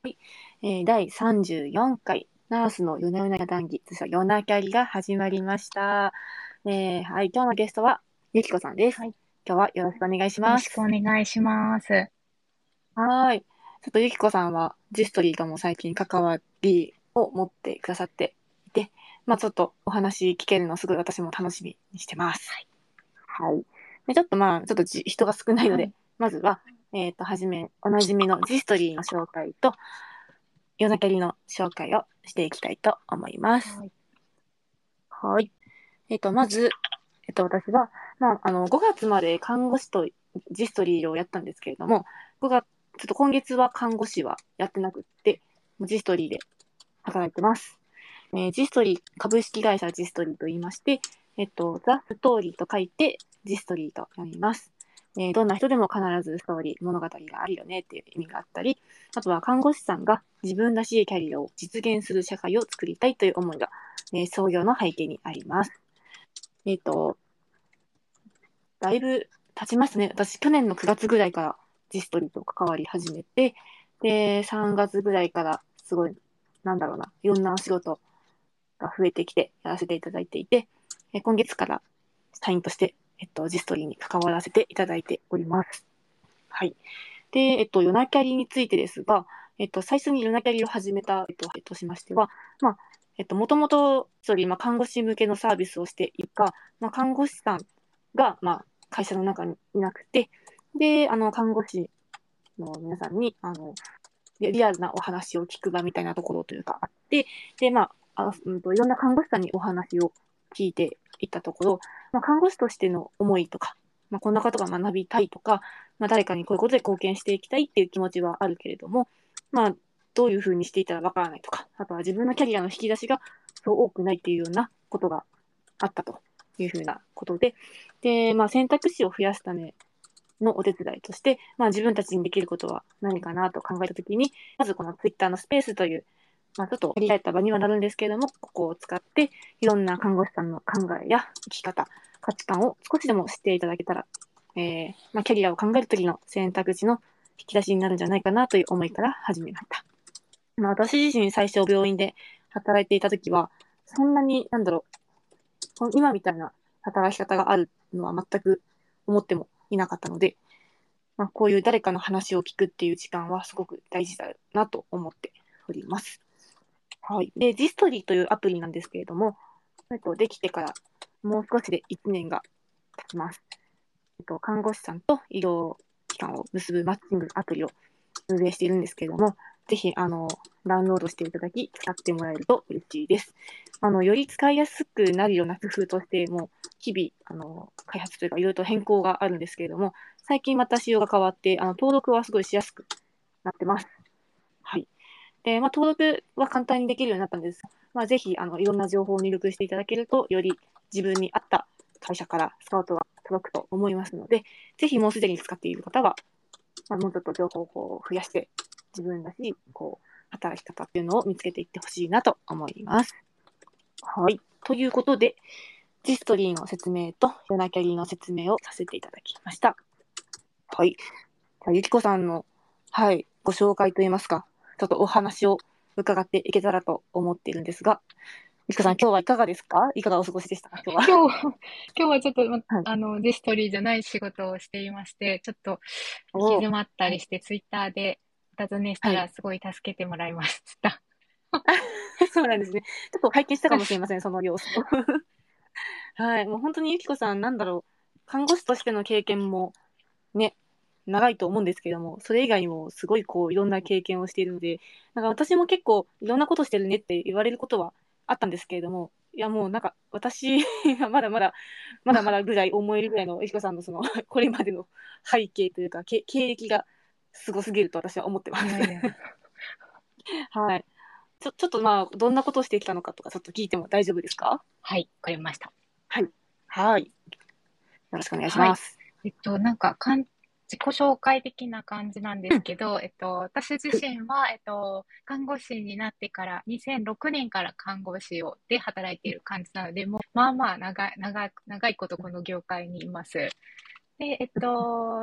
第34回ナースの夜な夜な談義、そして夜なキャリが始まりました。はい、今日のゲストはゆきこさんです。 はい。 今日はよろしくお願いしよろしくおます。 願いします。 はい。ちょっとゆきこさんはジストリーとも最近関わりを持ってくださっていて、ちょっとお話聞けるのすごい私も楽しみにしてます。 はい。 はい。で、ちょっと人が少ないので、 はい。 まずは、はじめ、おなじみのジストリーの紹介と、夜なキャリの紹介をしていきたいと思います。 はい。 はい。まず、私は、5月まで看護師とジストリーをやったんですけれども、5月、ちょっと今月は看護師はやってなくって、ジストリーで働いてます。ジストリー、株式会社ジストリーと言いまして、ザ・ストーリーと書いて、ジストリーと読みます。どんな人でも必ずストーリー、物語があるよねっていう意味があったり、あとは看護師さんが自分らしいキャリアを実現する社会を作りたいという思いが、創業の背景にあります。えっ、と、だいぶ経ちますね。私、去年の9月ぐらいからジストリーと関わり始めて、で、3月ぐらいからすごい、いろんなお仕事が増えてきてやらせていただいていて、今月から社員として、ジストリーに関わらせていただいております。はい。で、ヨナキャリについてですが、最初にヨナキャリを始めた、としましては、もともと、看護師向けのサービスをしているか、看護師さんが、会社の中にいなくて、で、看護師の皆さんに、リアルなお話を聞く場みたいなところというかあって、で、いろんな看護師さんにお話を聞いていったところ、看護師としての思いとか、こんなことが学びたいとか、誰かにこういうことで貢献していきたいっていう気持ちはあるけれども、どういうふうにしていたらわからないとか、あとは自分のキャリアの引き出しがそう多くないっていうようなことがあったというふうなことで、で、選択肢を増やすためのお手伝いとして、自分たちにできることは何かなと考えたときに、まずこのツイッターのスペースという、ちょっと限られた場にはなるんですけれども、ここを使って、いろんな看護師さんの考えや生き方、価値観を少しでも知っていただけたら、キャリアを考えるときの選択肢の引き出しになるんじゃないかなという思いから始めました。私自身最初病院で働いていたときは、そんなに、今みたいな働き方があるのは全く思ってもいなかったので、こういう誰かの話を聞くっていう時間はすごく大事だなと思っております。はい。で、ジストリーというアプリなんですけれども、できてからもう少しで1年が経ちます。看護師さんと医療機関を結ぶマッチングアプリを運営しているんですけれども、ぜひ、ダウンロードしていただき、使ってもらえると嬉しいです。より使いやすくなるような工夫として、も日々、開発というか、いろいろと変更があるんですけれども、最近また仕様が変わって、登録はすごいしやすくなってます。はい。で、登録は簡単にできるようになったんです。ぜひ、いろんな情報を入力していただけると、より自分に合った会社からスカウトが届くと思いますので、ぜひもうすでに使っている方は、もうちょっと情報を増やして、自分らしい、働き方っていうのを見つけていってほしいなと思います。はい。ということで、ジストリーの説明とヨナキャリーの説明をさせていただきました。はい。じゃあ、ゆきこさんの、はい、ご紹介といいますか、ちょっとお話を伺っていけたらと思っているんですが、ゆきこさん、 はい。 今日はいかがですか？いかがお過ごしでしたか、今日は。 今日、今日はちょっと、 はい。 ジェストリーじゃない仕事をしていまして、ちょっと行きおー、 詰まったはい。 りして、ツイッターでお尋ねしたはい。 ら、すごい助けてもらいました。 そうなんですね。ちょっと拝見したかもしれ私、 ません、その様子を。はい。もう本当にゆきこさん、看護師としての経験もね、長いと思うんですけども、それ以外にもすごいいろんな経験をしているので、私も結構いろんなことしてるねって言われることはあったんですけれども、いやもう私はまだまだぐらい思えるぐらいのゆきこさんのそのこれまでの背景というか、経歴がすごすぎると私は思ってます。 いやいや、 はい。ちょっとどんなことをしてきたのかとか、ちょっと聞いても大丈夫ですか？ はい、わかりました。 はい。はい。よろしくお願いしはい。 ます。 自己紹介的な感じなんでうん。 すけど、私自はい。 身は、看護師になってから、2006年から看護師で働いている感じなので、もう、長いことこの業界にいます。で、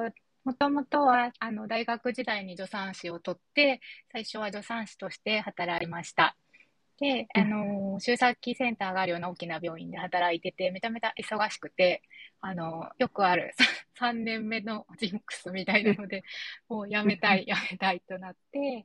もともとは、大学時代に助産師を取って、最初は助産師として働きました。で、 うん周産期センターがあるような大きな病院で働いてて、めちゃめちゃ忙しくて、よくある3年目のジンクスみたいなので、もうやめたいとなって、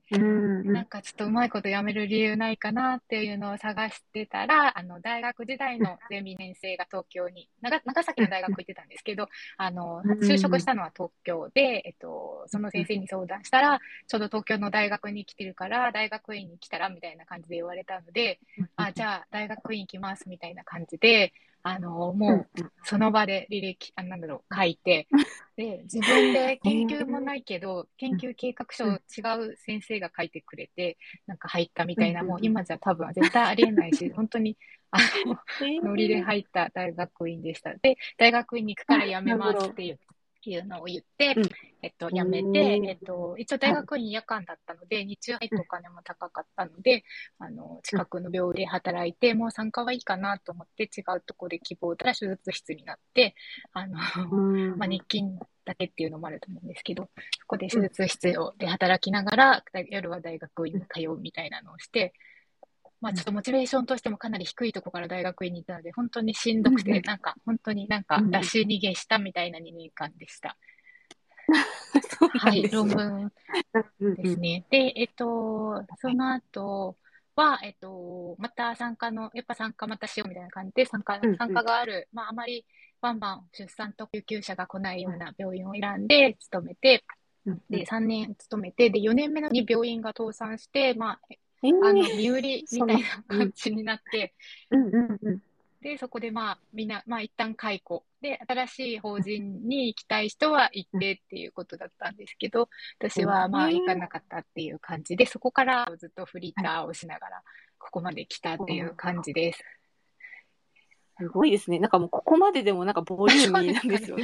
うんうんなんかちょっとうまいこと辞める理由ないかなっていうのを探してたら、大学時代のゼミ先生が東京に、長崎の大学行ってたんですけど、就職したのは東京で、その先生に相談したら、ちょうど東京の大学に来てるから、大学院に来たらみたいな感じで言われたので、あ、じゃあ大学院行きますみたいな感じで、もうその場で履歴、なんだろう、書いて、で、自分で研究もないけど、研究計画書を違う先生が書いてくれて、なんか入ったみたいな、もう今じゃ多分絶対ありえないし、本当に、あの、ノリで入った大学院でした。で、大学院に行くから辞めなるほど。 ますっていうのを言って、 うん。 辞めて、 え一応大学院夜間だったので、日中入ってお金も高かったので、近くの病院で働いて、もう参加はいいかなと思って違うところで希望したら手術室になって、まあ、日勤だけっていうのもあると思うんですけど、そこで手術室で働きながら、夜は大学院に通うみたいなのをして、まあちょっとモチベーションとしてもかなり低いところから大学院に行ったので、本当にしんどくて、なんか本当になんか出し逃げしたみたいな2年間でした。 そうなはい、 んですね。 論文うんうんですね。で、その後は、またやっぱ参加またしようみたいな感じで、参加がある、まあ、あまりバンバン出産と救急車が来ないような病院を選んで勤めて、で、3年勤めて、で、4年目に病院が倒産して、まあ、身売りみその、 たいな感じになって、 うんうんうん。 で、そこでまあ、みんな、まあ一旦解雇。で、新しい法人に行きたい人は行ってっていうことだったんですけど、私はまあ行かなかったっていう感じで、そこからずっとフリーターをしながら、ここまで来たっていう感じです。 すごいですね。なんかもうここまででもなんかボリューそうミーですかね。 なんですよね。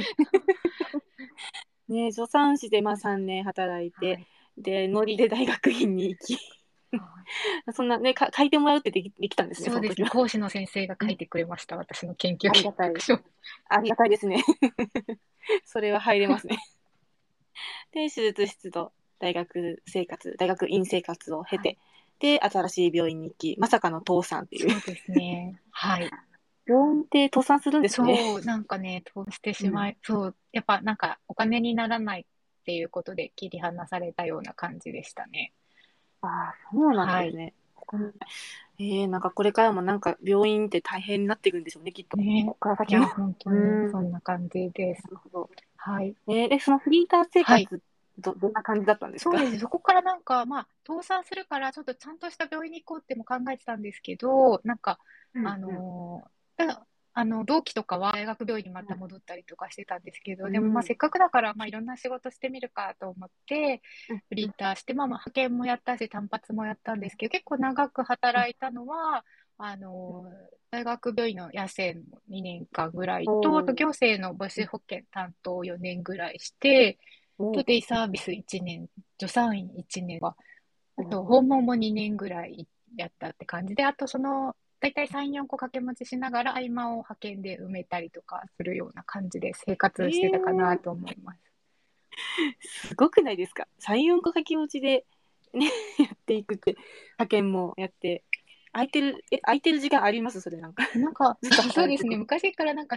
ね、助産師でまあ3年働いて、 はい。 で、ノリで大学院に行き、そんなね、書いてもらうってできたんですね、 そうですね。 その時は。 講師の先生がうん、 書いてくれました。私の研究あり計がたい。 画書。 ありがたいですね。それは入れますね。で、手術室と大学院生活を経はい。 て、で、新しい病院に行き、まさかの倒産っていう。 そうですね。はい。 病院って倒産するんですね。 そう、なんかね、通してうん。 しまい、そう、やっぱなんかお金にならないっていうことで切り離されたような感じでしたね。 ああ、そうなんはい。 ですね。なんかこれからもなんか病院って大変になっていくんでしょうね、きっと。 ね。 ここからいや、 先も。 本当うにん。なそんな感じです。 るほど。 はい。 で、そのフリーター生はい。 活、どんな感じだったんですか？ そうです。そこからなんか、まあ、倒産するから、ちょっとちゃんとした病院に行こうっても考えてたんですけど、なんか、 うんあうんの同期とかは大学病院にまた戻ったりとかしてたんですけど、でもまあ、 うん。 せっかくだから、まあ、いろんな仕事してみるかと思って、 うんフリーターして、まあ、派遣もやったし、単発もやったんですけど、結構長く働いたのは、あの、大学病院の野生の2年間ぐらいと、あとおー行政の母子保険担当4年ぐらいして、 おーとデイサービス1年、助産院1年は、あとお訪問も2年ぐらいやったって感じで、あとだいたい3、4個掛け持ちしながら合間を派遣で埋めたりとかするような感じで生活してたかなと思います。 すごくないですか？ 3、4個掛け持ちで、ね、やっていくって、派遣もやって、空いてる時間ありますそれなんか。 なんか、 ずっとそうですね。 働いてること。 昔からなんか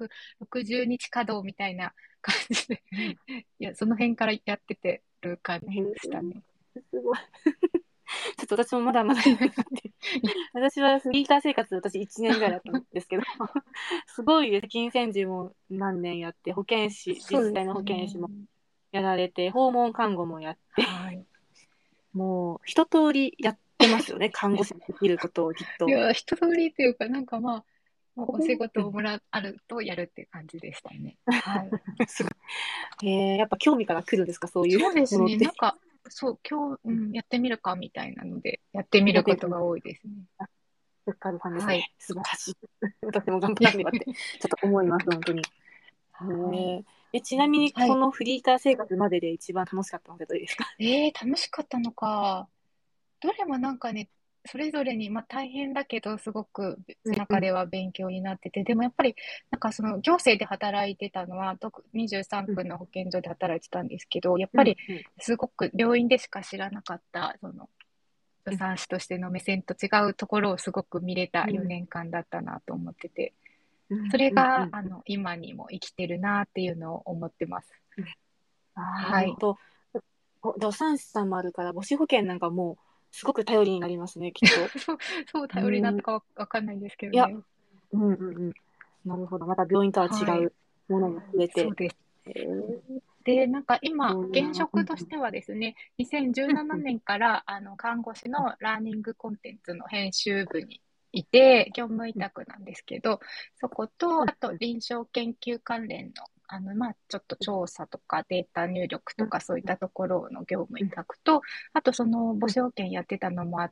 360日稼働みたいな感じで、 うん。 いや、その辺からやっててる感じへーでしたね。 すごい。ちょっと私もまだまだなんで、私はフリーター生活、私1年ぐらいだったんですけど、すごいです。金銭児も何年やって、実そうで際のすね。 保健師もやられて、訪問看護もやって、 はい。 もう一通りやってますよね、看護師にできることをきっと。 いや、一通りっていうか、なんかまあ、もうお仕うん。 事をあるとやるって感じでしたね。はい。 すごい。やっぱ興味から来るんですか、そういうそうですね。 ものって。 なんか、そう、今日、やってみるかみたいなので、やってみやってみたんです。 ることが多いですね。 あ、ふっかるさんですはい。 ね。素晴らしい。私も頑張いやらねばって、ちょっと思います、本当に。 はい。 ちなみに、 はい。 このフリーター生活までで一番楽しかったのってどれですか？ 楽しかったのか。どれもなんかね、 それぞれに、まあ、大変だけど、すごくうんうん。 中では勉強になってて、でもやっぱり、なんかその行政で働いてたのは、23 うん区の保健所で働いてたんですけど、やっぱりうんうんすごく病院でしか知らなかった、助うん産師としての目線と違うところをすごく見れたうん 4年間だったなと思ってて、そうんれが、 うんうん今にも生きてるなっていうのを思ってます。 うん。ああ、なはい。 るほど。助産師さんもあるから、母子保健なんかもう、すごく頼りになりますね、きっと。 そう、そうう頼りになっん。 たかわかんないんですけどいや、 ね。 うんうんうん。なるほど。また病院とは違はい。 うものも触れて。 そうです。 えー、 で、なんか今、現そういうな。うん職としてはですね、2017 うんうん年から看護師のラーニングコンテンツの編集部にいて、業務委うん託なんですけど、そこと、 うんあと臨床研究関連の、まあ、ちょっと調査とかデータ入力うんとかそういったところの業務委うん託と、あとその母うん子保健やってたのもあって、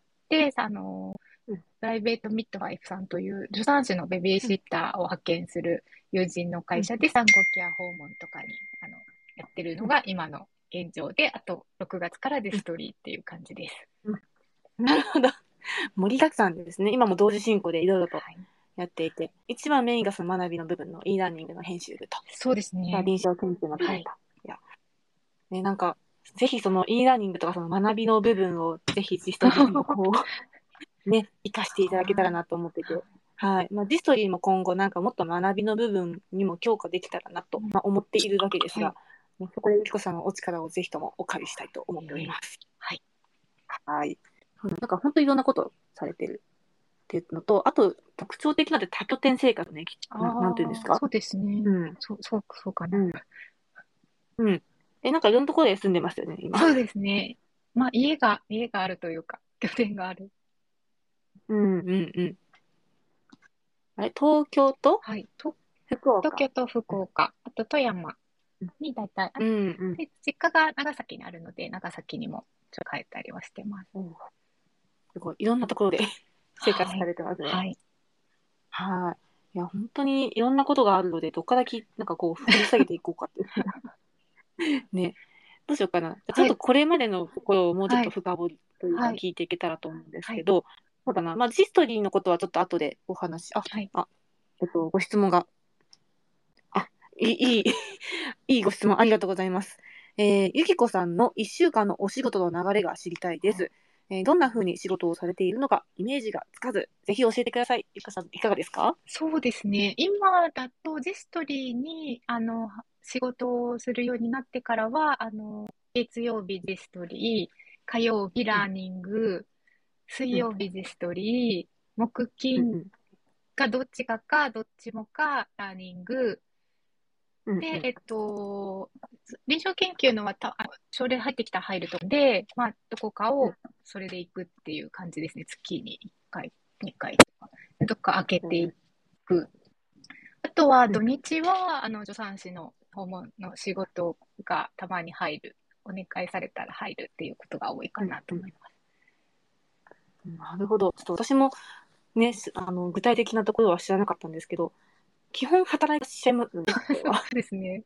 うんプライベートミッドワイフさんという助産師のベビーうんシッターを派遣する友人のうん会社で産後ケア訪問とかにやってるのが今の現状で、あと6月からデうんストリーっていう感じです。 うん。なるほど。盛りだくさんですね。今も同時進行でいろいろとはい。 やっていて、一番メインがその学びの部分の e ラーニングの編集部と、 そうですね。 臨床研究の部はい。 分と。いや、ね、なんか、ぜひその e ラーニングとかその学びの部分をぜひジストリーにもこう、ね、活かしていただけたらなと思ってて、はい。まあ、ジストリーも今後なんかもっと学びの部分にも強化できたらなと、まあ、思っているわけですが、 はい。 ねそこでゆきこさんのお力をぜひともお借りしたいと思っております。 はい。 はい。なんか本当にいろんなことされてるっていうのと、あと特徴的なので多拠点生活ね、なんていうんですああ、 か。 そうですね。 うん。 そうかな。 うん。うん。なんかいろんなところで住んでますよね、今。 そうですね。まあ、家があるというか、拠点がある。 うんうんうん。あれ、東京とはい。 福岡。 東京と福岡、あと富山に大体、 うんうん。 で、実家が長崎にあるので、長崎にもちょっと帰ったりはしてます。 うん、すごい。いろんなところで生活さはい。 れてますね。 はい。 はい。いや、本当にいろんなことがあるので、どっからなんかこう、掘り下げていこうかっていう。ね。どうしようかな。ちょっはい。 とこれまでのところをもうちょっはい。 と深掘りというかはい。 聞いていけたらと思うんですはい。 けど、そうだな。まあ、ジストリーのことはちょっと後でお話、 はい。 あ、ご質問が、あ、いい、いいご質問ありがとうございます。ゆきこさんの1週間のお仕事の流れが知りたいです。どんな風に仕事をされているのか、イメージがつかず、ぜひ教えてください。ゆきこさん、いかがですか？ そうですね。今だとジストリーに、仕事をするようになってからは、月曜日ジストリー、火曜日うん、 ラーニング、水うん、 曜日ジストリー、木金うん、 がどっちかどっちもかラーニング、 うん、うで、 ん。 臨床研究のは症例入ってきたら入るとで、まあ、どこかをそれで行くっていう感じですね。月に1回、2回とか。どっか開けていく。あとは土日は、助産師の訪問の仕事がたまに入る。お願いされたら入るっていうことが多いかなとうん、 思います。 うん。なるほど。ちょっと私もね、具体的なところは知らなかったんですけど、基本働いてらっしゃいますよね、これは。 そうですね。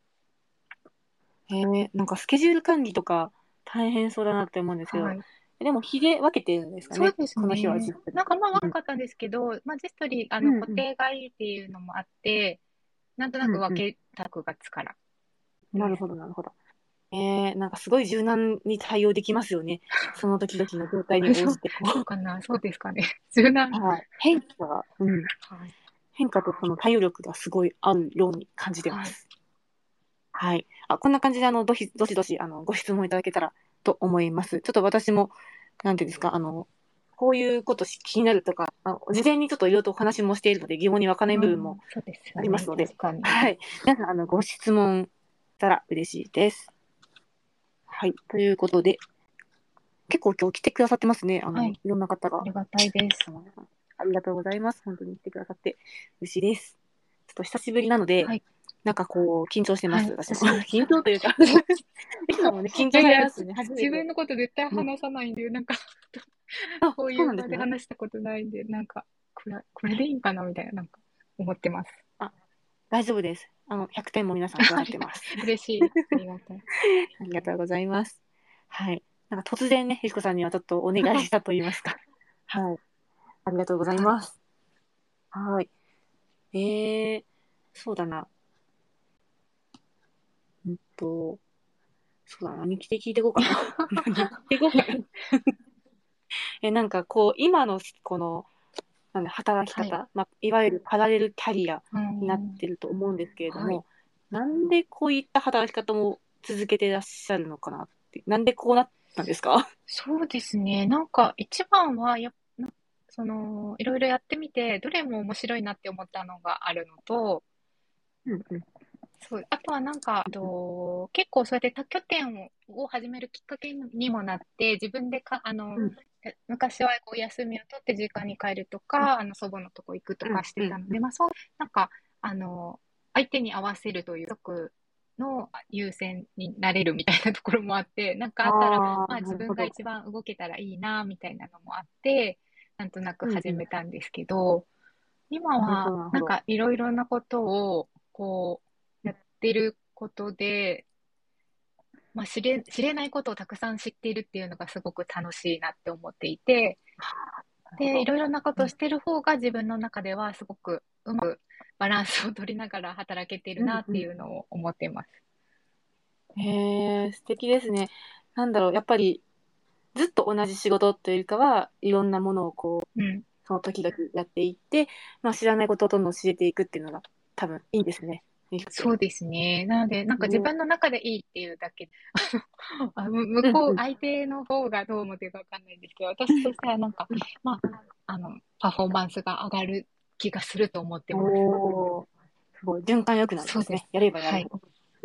なんかスケジュール管理とか大変そうだなって思うんですけど、 はい。 でも日で分けてるんですかね。 そうですこの日はね。 ジップで。 なんかまあうん、 若かったんですけど、まあジストリー、 うん、 固定がいいっていうのもあって、なんとなうん、うん。 く分けたくがつからです。 なるほど、なるほど。なんかすごい柔軟に対応できますよね。その時々の状態に応そう、 じて、こそうかな、そうですかね。柔軟。 う、はい。変化が、うん。 はい。 変化とその対応力がすごいあるように感じてまはい。 す。はい。こんな感じで、どしどし、ご質問いただけたらと思います。ちょっと私も、なんていうんですか、こういうこと気になるとか、事前にちょっといろいろとお話もしているので、疑問に湧かない部分もそうですあよね。 りますので、 確かに。 はい。皆さん、ご質問したら嬉しいです。はい。ということで、結構今日来てくださってますね。 はい。 いろんな方が。 ありがたいです。 ありがとうございます。本当に来てくださって嬉しいです。ちょっと久しぶりなので、 はい。 なんかこう、緊張してます、 はい。 私も。 私も。 緊張というかいつもね、緊張いやいや、 されますよね、初めて。 自分のこと絶対ね、 話さないんで、なんか、 あ、 こういう場でそうなんですね。 話したことないんで、なんか、これでいいんかなみたいな、なんか、思ってます。 あ、大丈夫です。100点も皆さんくださってます。 嬉しい。ありがたい。 ありがとうございます。はい。なんか突然ね、ひつこさんにはちょっとお願いしたと言いますか。 はい。ありがとうございはい。 ます。はい。そうだな。と、そうだな。何着て聞いていこうかな。何着ていこうかな。なんかこう、今のこの、なんだ、働きはい。 方、まあ、いわゆるパラレルキャリアうになっん。 てると思うんですけれどはい。 も、なんでこういった働き方も続けていらっしゃるのかなって、なんでこうなったんですか？ そうですね。なんか一番はいろいろやってみて、どれも面白いなって思ったのがあるのと、 うんうんそう、あとは結構そうやって多拠点を始めるきっかけにもなって、自分でうん昔はこう休みを取って実家に帰るとうんか、祖母のとこ行くとかしてうんうんたので、まあそう、なんか、あの、相手に合わせるという職の優先になれるみたいなところもあって、なんかあったら、 ああ、 まあ自なるほど。 分が一番動けたらいいな、みたいなのもあって、なんとなく始うんうん。 めたんですけど、今は、 なるほど、なるほど。 なんかいろいろなことを、こう、やってることで、まあ、知れないことをたくさん知っているっていうのがすごく楽しいなって思っていて、で、いなるほど。 ろいろなこうんとをしてる方が自分の中ではすごくうまくバランスを取りながら働けてるなってうんういうのを思っています。 ん。素敵ですね。なんだろう、やっぱりずっと同じ仕事というよりかは、いろんなものをこう、 うん。 その時々やっていって、まあ、知らないことをどんどん知れていくっていうのが多分いいですね。いいですね。 そうですね。なので、なんか自分の中でいいっていうだけで、向こう、 うんうん。 相手の方がどう思ってるかわかんないんですけど、私としてはなんか、まあ、パフォーマンスが上がる気がすると思ってます。 おー、すごい。循環良くなるんそうです。 ですね。やればやはい。 るほど。うん。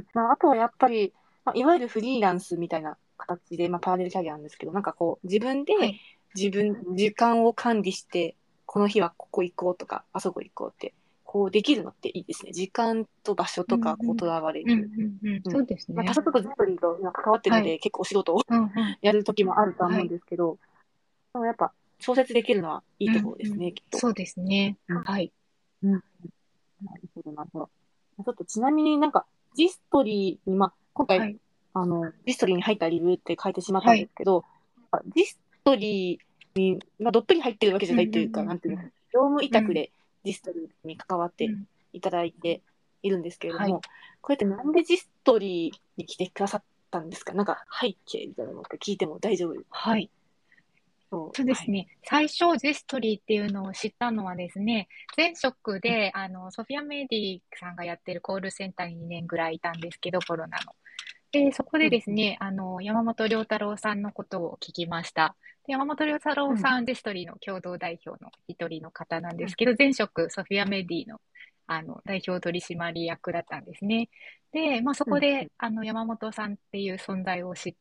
まあ、あとはやっぱり、まあ、いわゆるフリーランスみたいな形で、まあ、パラレルキャリアなんですけど、なんかこう、自分ではい。 時間を管理して、この日はここ行こうとか、あそこ行こうって、こうできるのっていいですね。時間と場所うんとか、こう、 うん。 とらわれうんる。 うんうん。 うん。 そうですまあ、多ね。 少ちょっとジェストリーと関わってるはい。 ので、結構お仕事をうんうん。 やる時もあるとは思うんはい。 ですけど、でもやっぱ、調節できるのはいいとこうんうん。 ろですね、きっと。 そうですね。はい。 うん。うん。なるほど、なるほど。ちょっとちなみになんか、ジストリーに、まあ、今回、 はい。 ジストリーに入った理由って書いてしまったんではい。 すけど、ジストリーに、まあ、どっぷり入ってるわけじゃうんうないというか、 んなんていうの、 うん業務委うん。 託でジストリーに関わってうん。 いただいているんですけれどはい。 も、これってなんでジストリーに来てくださったんですか？なんか背景みたいなのって聞いても大丈夫ですか？ はい。 そう、はい。 そうですね。最初、ジェストリーっていうのを知ったのはですね、前職で、ソフィア・メイディさんがやってるコールセンターに2年ぐらいいたんですけど、コロナの。で、そこでうんうんですね、山本良太郎さんのことを聞きました。で山本良太うん郎さん、ジェストリーの共同代表の一人の方なんでうんすけど、前職、ソフィア・メディの、代表取締役だったんですね。で、まあ、そうんこで、山本さんっていう存在を知って、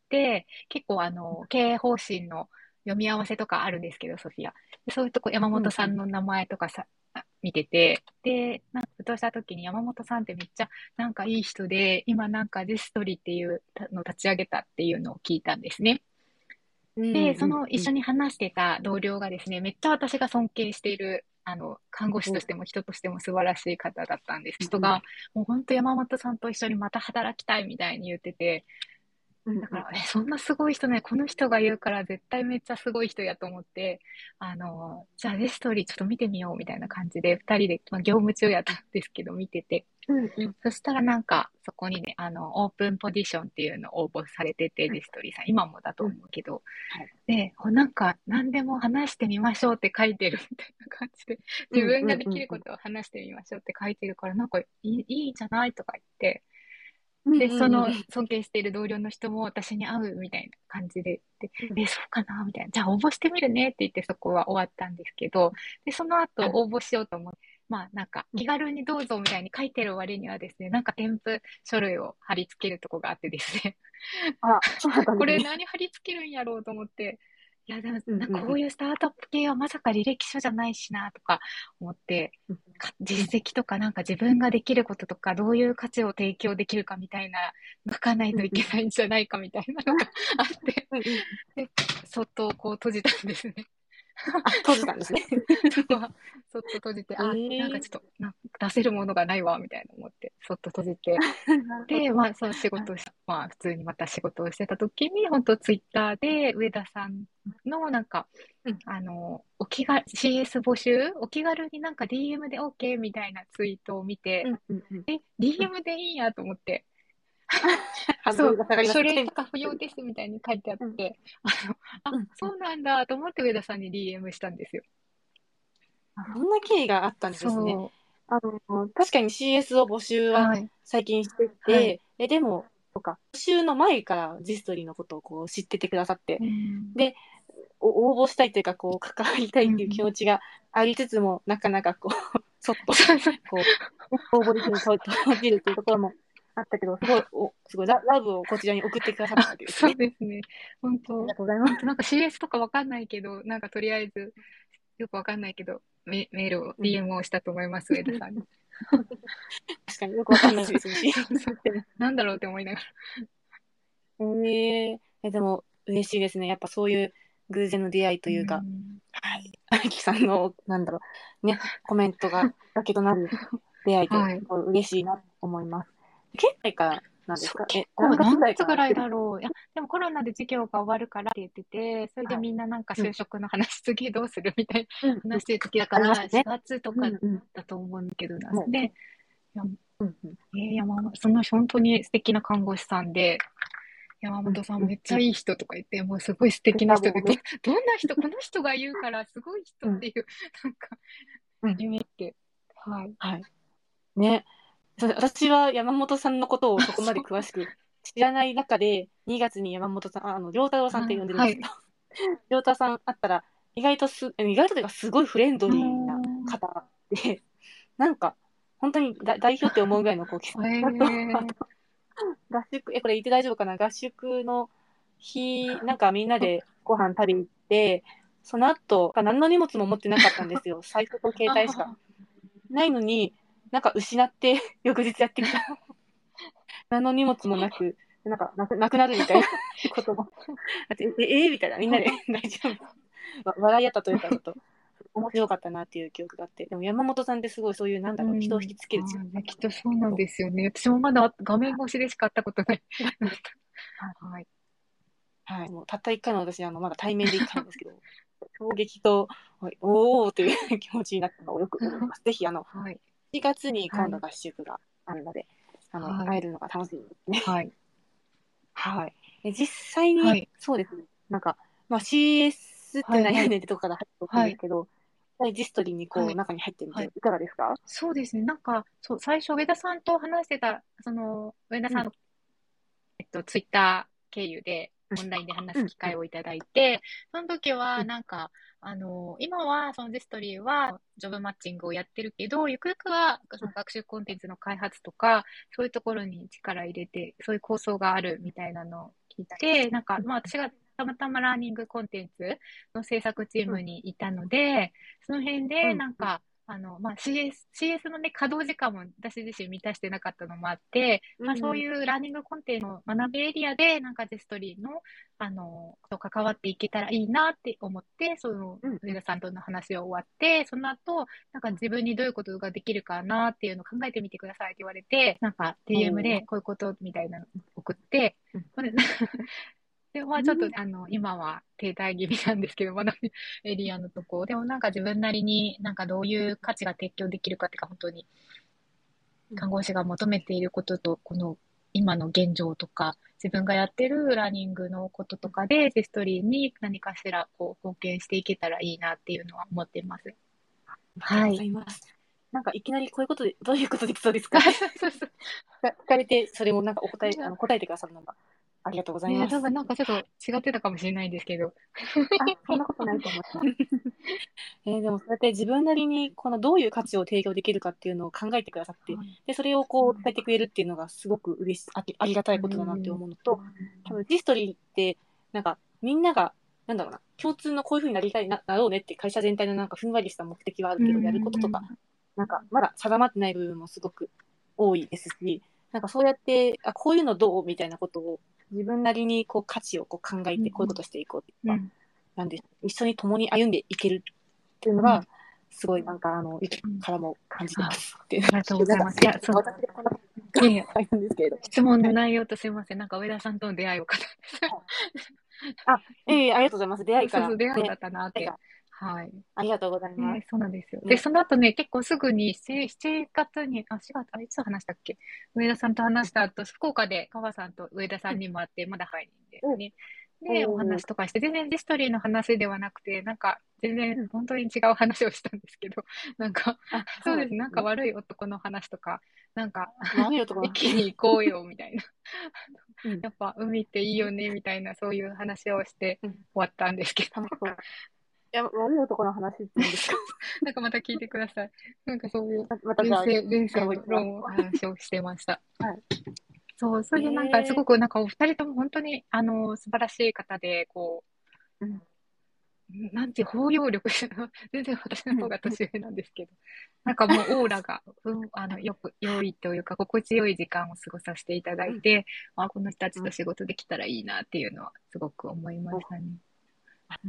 結構、経営方針の読み合わせとかあるんですけど、ソフィア。でそういうとこ、山うんうん本さんの名前とか見てて、で、なんか、ふとした時に山本さんってめっちゃなんかいい人で、今なんかジェストリーっていうのを立ち上げたっていうのを聞いたんですね。 うんで、 うん一うん緒に話してた同僚がですね、めっちゃ私が尊敬している、看護師とおしても人としても素晴らしい方だったんです。 うんうん人が、もう本当山本さんと一緒にまた働きたいみたいに言ってて、 うんだから、そんなすごい人ね、この人が言うから絶対めっちゃすごい人やと思って、じゃあレストリーちょっと見てみようみたいな感じで、二人で、まあ、業務中やったんですけど、見てて、 うんうんそしたらなんか、そこにね、オープンポジションっていうのを応募されてて、ジェストリーさん、今もだとうん。 思うけど、 はい。 で、なんか、何でも話してみましょうって書いてるみたいな感じで、自うんう分ができんうんうん。 ることを話してみましょうって書いてるから、なんかいいんじゃないとか言って、で、 うんうんうん尊敬している同僚の人も私に会うみたいな感じで、 うん。 そうかなみたいな。じゃあ応募してみるねって言ってそこは終わったんですけど、で、その後はい。 応募しようと思って、まあなんか気軽にどうぞみたいに書いてる割にはですね、なんか添付書類を貼り付けるとこがあってですね、 あら、そうだったんですね。 これ何貼り付けるんやろうと思って、いや、でも、 うんうんうん。 こういうスタートアップ系はまさか履歴書じゃないしな、とか思って、 うんうん。 実績とかなんか自分ができることとか、どういう価値を提供できるかみたいな、書かないというんうん。 けないんじゃないかみたいなのがあって、 うんうん。 で、そっとこう閉じたんですね。 あ、閉じたんですね。 そこは、そっと閉じて、なんかええ。 ちょっと、出せるものがないわ、みたいな思って、そっと閉じて、 なるほど。 で、まあ、その仕はい。 事をし、まあ、普通にまた仕事をしてた時に、本当ツイッターで、上田さんの、なんか、 うん。 CS 募集お気軽になんか DM で OK みたいなツイートを見て、 うん。うん。うん。うん。 DM でいいんやと思って、 ハードそう、 ルが下がりました。 書類とか不要ですみたいに書いてあっうん。 て、 うん。うん。 そうなんだと思って上田さんに DM したんですよ。 あ、そんな経緯があったんですね。 そう。 確かに CS を募集ははい。 最近してはい。 て、でも、とか、募集の前からジストリーのことをこう知っててくださって、 うん。 で、応募したいというか、こう、関わりたいっていう気うん。 持ちがありつつも、なかなかこう、そっと、 そうそう。 こう、応募できずに閉じるっていうところもあったけど、すごいラブをこちらに送ってくださったわけですそうね。 ですね。本あり当がとうございます。 本当なんか CS とかわかんないけど、なんかとりあえず、よくわかんないけど、メールを、 うん。 DM をしたと思います、上田さんに。 確かによくわかんないですね、 そうそう。 でも。 なんだろうって思いながら。 でも嬉しいですね。やっぱそういう偶然の出会いとういうか、 ん。 はい。あきさんの、なんだろう、ね、コメントが、だけとなる出会いで、 はい。 すごい嬉しいなと思います。結構からなんですそう、 か？ 結構、 何月ぐらい何月ぐらいからやってる？ だろう。いや、でもコロナで授業が終わるからって言ってて、それではい。 みんななんかうん。 就職の話、次どうするみたいうん。うん。 な話してる時だから、 ありましたね。 4月とかうん。うん。 だと思うんだけどな。 もで、いや、 う、うん。うん。 その本当に素敵な看護師さんで、山うん。 本さんうん。うん。 めっちゃいい人とか言って、もうすごい素べ敵な人で、 た褒め。 どんな人、この人が言うからすごい人うん。 っていう、なんか、 うん。 夢って。はい。 はい。ね。私は山本さんのことをそこまでそう。 詳しく知らない中で、2月に山本さん、良太郎さんって呼んでるんはい。 ですけど、良太さん会ったら、意外とというかすごいフレンドうーリーなん。 方で、なんか、本当に代表って思うぐらいの、こう、気さくさと、あええと、合宿、これ言って大丈夫かな？合宿の日、なんかみんなでご飯食べに行って、その後、何の荷物も持ってなかったんですよ。財布と携帯しか。 あないのに、なんか失って翌日やってきた。何の荷物もなく、なんかなくなるみたいなことも。だって、みたいな、みんなで大丈夫。笑い合ったというか、ちょっと面白かったなっていう記憶があって、でも山本さんってすごいそういう、なんだろう、人を引うん。 きつける力ね、きっとそうなんですよね。私もまだ画面越しでしか会ったことない。はい。 はい、もうたった一回の私、まだ対面で一回なんですけど、衝撃と、おーという気持ちになったのをよく覚えてます。ぜひ、 はい。 7月にはい。 今度合宿があるので、 はい。 会えるのが楽しみですね。 はい。 はい。実際に、 はい。 そうですね、なんか、まあ、CS ってはい。はい。 何やねんってとこから入ってほしいんはい。 ですけど、実際ジストリーにこう、 はい。 中に入ってみはい。 ていかがですか？ そうですね。なんか、そう、最初、上田さんと話してた、上田うん、 さんの、ツイッター経由で、 うん、 オンラインで話うん、 す機会をいただいて、その時は、 うん、 なんか、今は、そのジェストリーは、ジョブマッチングをやってるけど、ゆくゆくは、その学習コンテンツの開発とか、そういうところに力入れて、そういう構想があるみたいなのを聞いて、なんか、まあ、私がたまたまラーニングコンテンツの制作チーうん、 ムにいたので、その辺で、 うん、 なんか、まあ、CS のね、稼働時間も私自身満たしてなかったのもあって、まあ、そううん、 いうラーニングコンテンツの学びエリアで、なんかジェストリーの、と関わっていけたらいいなって思って、その、 うん、 上田さんとの話が終わって、その後、なんか自分にどういうことができるかなっていうのを考えてみてくださいって言われて、なんか DM おー、 でこういうことみたいなの送って、 うん、 これで、まあちょっと、今は停滞気味なんですけど、まだエリアのとこ。でもなんか自分なりになんかどういう価値が提供できるかっていうか、本当にうん、 看護師が求めていることと、この今の現状とか、自分がやってるラーニングのこととかで、ジェストリーに何かしらこう貢献していけたらいいなっていうのは思っています。 ありがとうござはい。 います。なんかいきなりこういうことで、どういうことできそうですあ、 かってそうそう。 聞かれて、それもなんかいや、 答えてくださるのがありがとうございね、 ます。 多分なんかちょっと違ってたかもしれないんですけど。 そんなことないと思います。でもそうやって自分なりにこのどういう価値を提供できるかっていうのを考えてくださって、 はい。 で、それをこう伝えてくれるっていうのがすごくありがたいうことだなってん。 思うのと、多分ヒストリーって、なんかみんなが、なんだろうな、共通のこういうふうになろうねって会社全体のなんかふんわりした目的はあるうけど、やることとか、 ん。 なんかまだ定まってない部分もすごく多いですし、なんかそうやって、こういうのどうみたいなことを自分なりにこう価値をこう考えてこういうことしていこうっていうか、 うん。 なんで一緒に共に歩んでいけるっていうのうん。 が、すごいなんか、いつうん。 からも感じてまあ、 すっていう、 ありがとうごなんか、 ざいます。いや、そう。 私でこんな感じがいえいえ、 あるんですけれど。 質問はい。 の内容とすいません。なんか上田さんとの出会いを語って。 あ、ありがとうございます。出会いかそうそう、 ら。 出会いだね。 ったなって。 出会いがはい。 ありがとうございます。 そうなんですよ。で、 ね。 その後ね、結構すぐに、7月に、4月、いつ話したっけ？上田さんと話した後、福岡で川さんと上田さんにも会って、まだ早いんですお、 ね。で、おおー、 話とかして、全然ヒストリーの話ではなくて、なんか、全然うん。 本当に違う話をしたんですけど、なんか、 あ、そうなんそうです。なんかですね。 悪い男の話とか、なんか、 悪い男の話。 一気に行こうよ、みたいな。 うん。 やっぱ海っていいよね、みたいな、そういう話をしてうん。 終わったんですけど。 楽しそう。いや、悪い男の話って何ですか？ なんかまた聞いてください。なんかそういうまたじゃあ、 人生のもう一回。 論を話をしてました。 はい。 そう、それでなんかすごええくなんかお二人とも本当に素晴らしい方で、こうん。 う、なんていう包容力、全然私のうん。 方が年上なんですけど、なんかもうオーラが、良いというか、心地よい時間を過ごさせていただうん。 いて、この人たちうん。 と仕事できたらいいなっていうのはすごく思いまお、 したね。うん。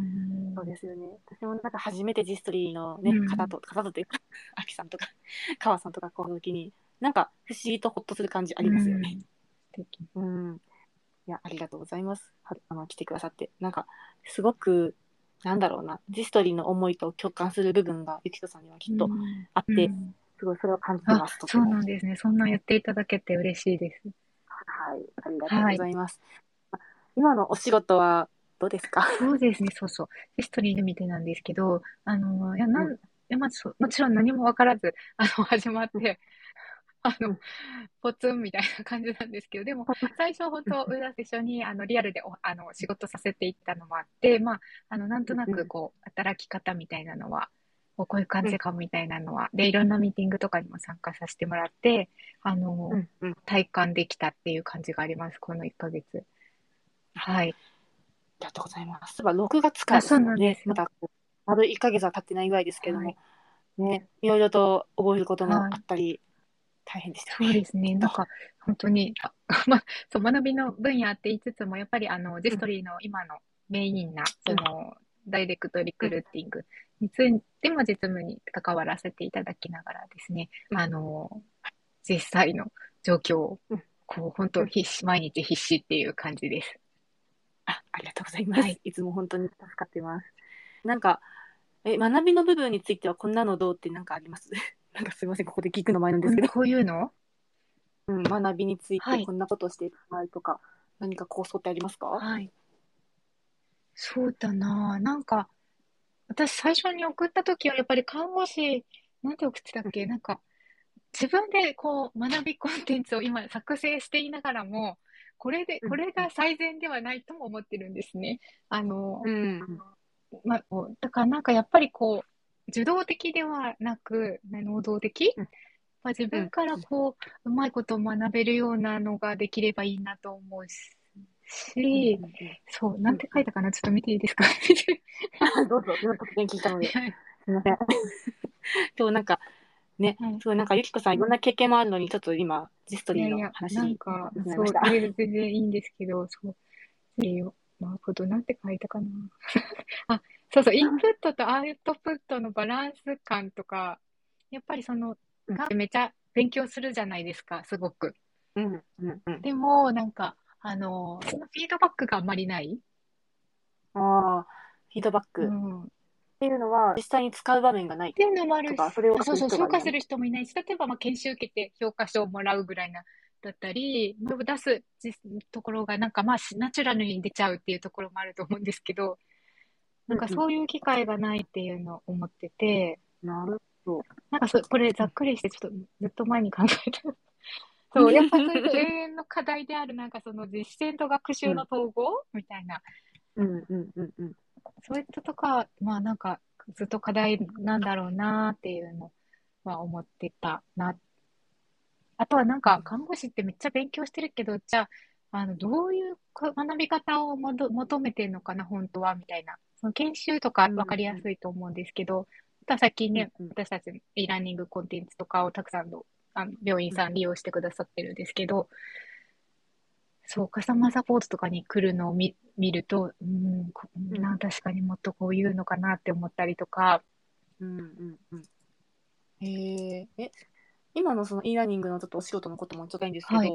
そうですよね。私もなんか初めてジストリーのね、 うん。 方とというか、アキさんとか、川さんとかこの時に、なんか不思議とほっとする感じあうりますよね。 ん。素敵。 うん。いや、ありがとうございます。来てくださって。なんか、すごく、なんだろうな、ジストリーの思いと共感する部分が、ゆきとさんにはきうっとん。 あって、 うん。 すごいそれを感じてます、とそうても。 なんですね。そんな言っていただけて嬉しいです。 はい、ありがとうはい。 ございます。今のお仕事はどうですか？ そうですね。そうそう。ヒストリーで見てなんですけど、 うん、 まずもちろん何もわからず、始まっうん、 て、あの、 うん、 ポツンみたいな感じなんですけど、でも、最初本当、上田と一緒に、リアルで仕事させていったのもあって、まあ、なんとなうん、 く、こう、働き方みたいなのは、こういう感うん、 じかみたいなのは、で、いろんなミーティングとかにも参加させてもらって、 うん、うん。 体感できたっていう感じがあります、この1ヶ月。はい。 ありがとうございます。そういえば6月からでそうすもんね。 なんですよ。 また、丸1ヶ月は経ってないぐらいですけれども、 はい。 ね、いろいろと覚えることもはい。 あったり、大変でしたよね、 そうですね。 きっと。 なんか、本当に、そう、学びの分野って言いつつも、やっぱりジうん、 ストリーの今のメインな、 うん、 ダイレクトリうん、 クルーティングについても実務に関わらせていただきながらですね、 うん、 実際の状況を、 うん、 こう、本うん。 当毎日必死っていう感じです。 ありがとうございます。 はい。 いつも本当に助かってます。なんか、学びの部分についてはこんなのどうってなんかあります？なんかすいません、ここで聞くの前なんですけど。 こういうの。 うん、学びについはい。 てこんなことをしている場合とか、何か構想ってありますか？ はい。そうだな。なんか、私最初に送った時はやっぱり看護師、なんて送ってたっうん、 け？なんか、自分でこう学びコンテンツを今作成していながらも、 うん、 これが最善ではないとも思ってるんですね。あの、 うん、うん、 だからなんかやっぱりこう、受動的ではなく、能動的、 うん、 自うん、 分からこう、うまいこと学べるようなのができればいいなと思ううん、 し、 うん、 そう、 うん、 なんてうん。 書いたかな？ちょっと見ていいですか？ どうぞ、今突然聞いたので、 はい。 すみません。今日なんか、ね、 はい。 すごいなんかゆきこさんいろんな経験もあるのに、ちょっと今、ジストリーのいやいや、 話になんか、 なってしまいまそう、 した。 全然いいんですけど、そう、なるほど、なんて書いたかな。あ、そうそう、インプットとアウトプットのバランス感とか、やっぱりうん、 めちゃ勉強するじゃないですか、すごく。 うん、うん、うん。 でも、なんか、そのフィードバックがあんまりない。 ああ、フィードバック。 うん。っっていうのは、実際に使う場面がないていうのもあるし、 とか、それをそうそう、 書く人がいない。 評価する人もいないし、例えば、研修受けて評価書をもらうぐらいな、だったり、出すところが、なんかナチュラルに出ちゃうっていうところもあると思うんですけど、なんかうん、うん。 そういう機会がないっていうのを思ってて、 なるほど。 なんかこれざっくりしてちょっとずっと前に考えた。そう、やっぱそれと永遠の課題である、なんかその実践と学習のうん、 統合みたいな、 うん、うん、うん、うん。 そういったとか、なんかずっと課題なんだろうなっていうのは思ってたな。あとはなんか看護師ってめっちゃ勉強してるけど、じゃあ、どういう学び方を求めてるのかな、本当は、みたいな。その研修とかうん、 わかりやうん、 すいと思うんですけど、あとは最近うん、 ね、 うん、 私たち e ラーニングコンテンツとかをたくさんの、病院さん利用してくださってるんですけど、そう、カスタマーサポートとかに来るのを見ると、 うん、 確かにもっとこういうのかなって思ったりとか、 うん、うん、うん。へえ、今のその e ラーニングのちょっとお仕事のこともちょっといいんですけはい。 ど、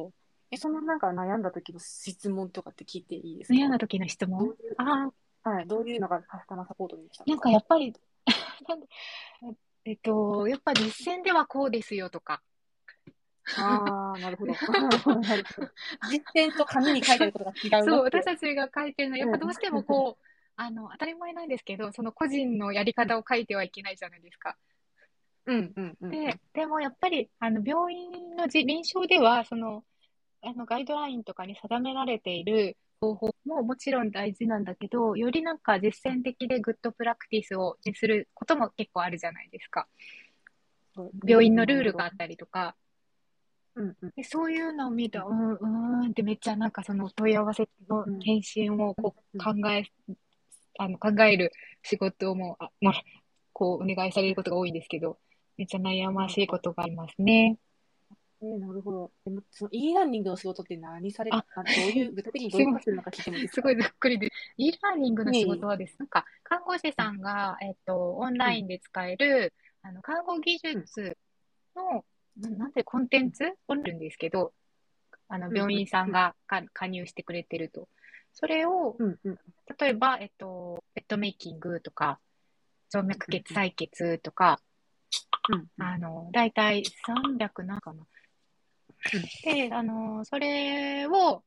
そのなんか悩んだ時の質問とかって聞いていいですか？ 悩んだ時の質問。 どういう、 あはい、どういうのがカスタマーサポートに来たのなんかか。 やっぱり、なんでやっぱ実践ではこうですよとか。 ああ、なるほど。なるほど、なるほど。実践と紙に書いてあることが違うそう、私よって。 たちが書いてるのは、やっうん。 ぱどうしてもこう、当たり前なんですけど、その個人のやり方を書いてはいけないじゃないですか。 うん、うん、うん、うで、 ん。 でもやっぱり、病院の臨床では、ガイドラインとかに定められている方法ももちろん大事なんだけど、よりなんか実践的でグッドプラクティスをすることも結構あるじゃないですか。 そう病院のルなるほど。 ールがあったりとか、 うん、うん、 でそういうのを見ると、 うん、 ってめっちゃなんかその問い合わせのうん、 返信をうん、 こううん。 考える仕事も、こうお願いされることが多いんですけど、めっちゃ悩ましいことがありますね。 なるほど。でも、その e ラーニングの仕事って何され、 あ、 どういう、具体的にどういうこすごい、 とするのか聞いてもいいですか？ すごいざっくりで。e ラーニングの仕いえいえ。 事はです。なんか、看護師うん、 さんが、オンラうん、 インで使える、看護技うん、 術の、なんてコンテンツをるんですけど、 うん、 病院さんうん、 が加入してくれてると。それを、 うん、うん、 例えば、ベッドメイキングとか、静脈うん、うん、 血採血とか、 うん、うん、 だいたい300なんかな。 うん、 で、それを、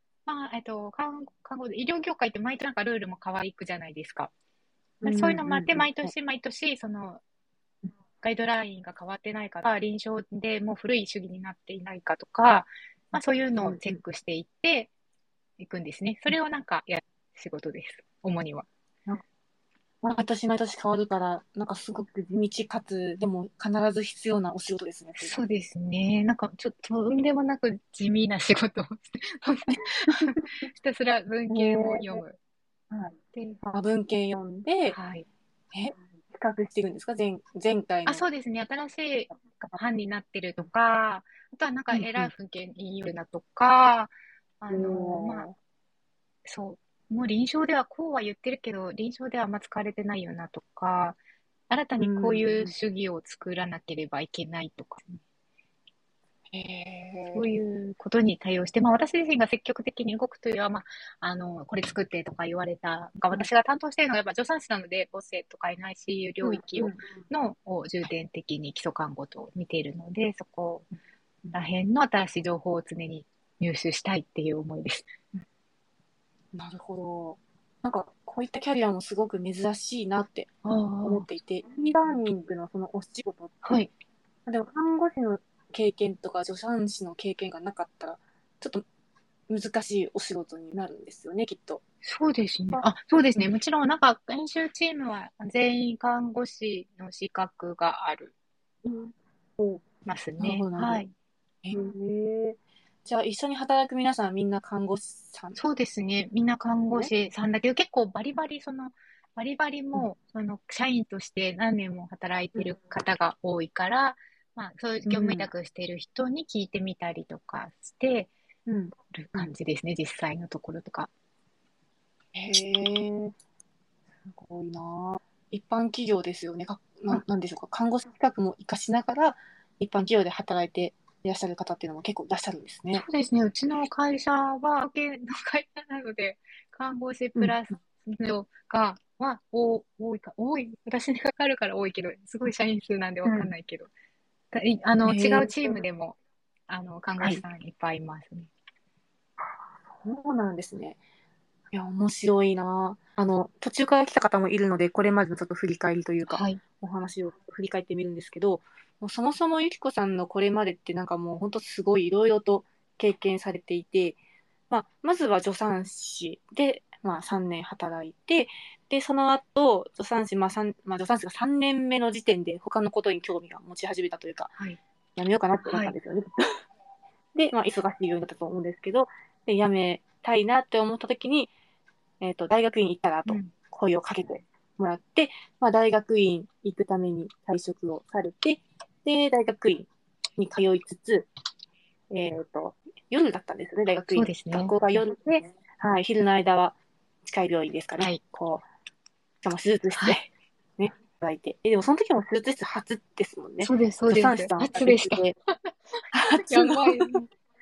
看護医療業界って毎年なんかルールも変わりいくじゃないですか。 うん、 そういうのもあって、 うん、はい。 毎年毎年、ガイドラインが変わってないかとか、臨床でもう古い主義になっていないかとか、そういうのをうん、うん。 チェックしていっていくんですね。それをなんかやる仕事です。主には。 なんか毎年毎年変わるから、なんかすごく地道かつ、でも必ず必要なお仕事ですね、それが。 そうですね。なんかちょっととんでもなく地味な仕事をして、ひたすら文へ献を読え、 む。 はい。 で、 文献読んで、 はい。 比較していくんですか？前回の。 そうですね。新しい班になってるとか、あとはなんかうん、うん。 偉い文献に言うなとか、 おまあ、 ー、 そう。もう臨床ではこうは言ってるけど、臨床ではあんま使われてないよなとか、新たうにこういうん。 主義を作らなければいけないとか、 へそうえ。 いうことに対応して、私自身が積極的に動くというよりは、これ作ってとか言われた、私が担当しているのはやっぱ助産師なので、母性とか NICU うん、 領域うん。 を重点的に基礎看護と見ているので、そこら辺の新しい情報を常に入手したいっていう思いです。 なるほど。なんか、こういったキャリアもすごく珍しいなってああ、 思っていて、e ラーニングのそのお仕事って、 はい。 でも看護師の経験とか助産師の経験がなかったら、ちょっと難しいお仕事になるんですよね、きっと。 そうですね。 あ、 そうですね。 うん。 もちろん、なんか、研修チームは全員看護師の資格がありうん。お、 ますね。 なるほど、なるほど。 はい。 へえ。じゃあ、一緒に働く皆さん、みんな看護師さんでそうですね。みんな看護すね。 師さんだけど、結構バリバリうん。 も、社員として何年も働いてる方が多いから、そういう業務委うん。 託している人に聞いてみたりとかしてうん。 るうん。 感じですね。実際のところとか。 へえ。すごいな。一般企業ですよね。なんでしょうか。看護師資格も活かしながら、一般企業で働いていらっしゃる方っていうのも結構いらっしゃるんですね。 そうですね。うちの会社は、保険の会社なので、看護師うん。 プラスの多いか、多い。私にかかるから多いけど、すごい社員数なんでわかんうん。 ないけど。違へえ。 うチームでも、看護はい。 師さんいっぱいいますね。 そうなんですね。いや、面白いな。途中から来た方もいるので、これまでのちょっと振り返りというか、 はい。 お話を振り返ってみるんですけど、もうそもそもゆきこさんのこれまでってなんかもう本当すごいいろいろと経験されていて、まずは助産師で、3年働いて、で、その後、助産師、助産師が3年目の時点で他のことに興味が持ち始めたというか、 はい。 やめようかなって思っはい。 たんですよね。で、忙しいようになったと思うんですけど、で、やめたいなって思った時に、大学院行ったらとうん。 声をかけてもらって、大学院行くために退職をされて、で、大学院に通いつつ、えっと、夜だったんですね、大学院。 そうですね。 学校が夜で、はい、昼の間は近い病院ですかね。 はい。 こう、しかも手術室で、 はい。 ね、働いて。でもその時も手術室初ですもんね。 そうです、そう助です。 産師さんは初でした。 別で、初のやばい。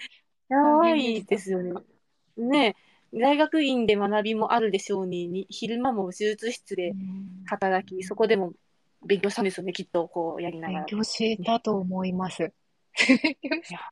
や大ばい変でした。 ですよね。ねえ、大学院で学びもあるでしょうに、昼間も手術室うでん、 働き、そこでも勉強したんですよね、きっと、こうやりながら。 勉強したね、 と思います。 いや、